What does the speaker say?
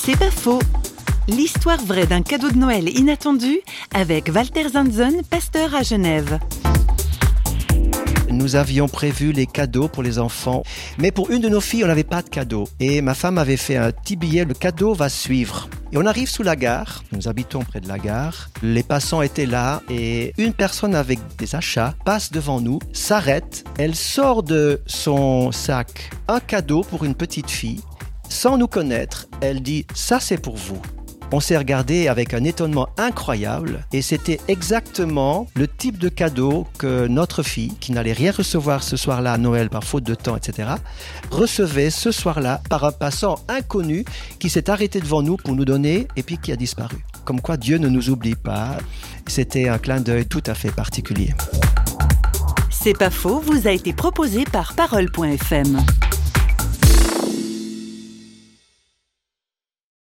C'est pas faux. L'histoire vraie d'un cadeau de Noël inattendu avec Walter Zanzon, pasteur à Genève. Nous avions prévu les cadeaux pour les enfants, mais pour une de nos filles, on n'avait pas de cadeau. Et ma femme avait fait un petit billet, le cadeau va suivre. Et on arrive sous la gare, nous habitons près de la gare, les passants étaient là et une personne avec des achats passe devant nous, s'arrête, elle sort de son sac un cadeau pour une petite fille. Sans nous connaître, elle dit « ça c'est pour vous ». On s'est regardé avec un étonnement incroyable et c'était exactement le type de cadeau que notre fille, qui n'allait rien recevoir ce soir-là à Noël par faute de temps, etc., recevait ce soir-là par un passant inconnu qui s'est arrêté devant nous pour nous donner et puis qui a disparu. Comme quoi Dieu ne nous oublie pas. C'était un clin d'œil tout à fait particulier. C'est pas faux, vous a été proposé par Parole.fm.